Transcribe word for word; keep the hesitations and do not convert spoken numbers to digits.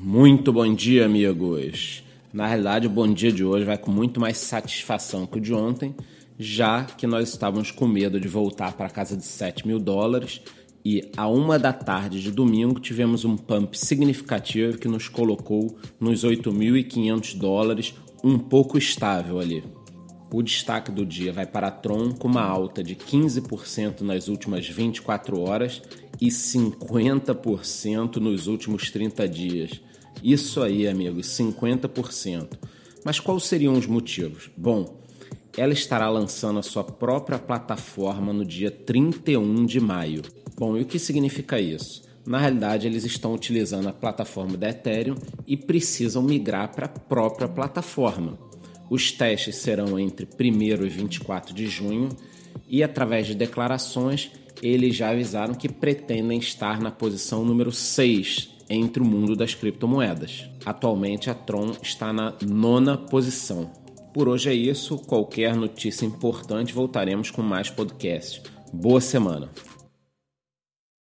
Muito bom dia, amigos! Na realidade, o bom dia de hoje vai com muito mais satisfação que o de ontem, já que nós estávamos com medo de voltar para casa de sete mil dólares e a uma da tarde de domingo tivemos um pump significativo que nos colocou nos oito mil e quinhentos dólares, um pouco estável ali. O destaque do dia vai para a Tron com uma alta de quinze por cento nas últimas vinte e quatro horas e cinquenta por cento nos últimos trinta dias. Isso aí, amigos, cinquenta por cento. Mas quais seriam os motivos? Bom, ela estará lançando a sua própria plataforma no dia trinta e um de maio. Bom, e o que significa isso? Na realidade, eles estão utilizando a plataforma da Ethereum e precisam migrar para a própria plataforma. Os testes serão entre primeiro e vinte e quatro de junho e, através de declarações, eles já avisaram que pretendem estar na posição número seis entre o mundo das criptomoedas. Atualmente, a Tron está na nona posição. Por hoje é isso. Qualquer notícia importante, voltaremos com mais podcasts. Boa semana!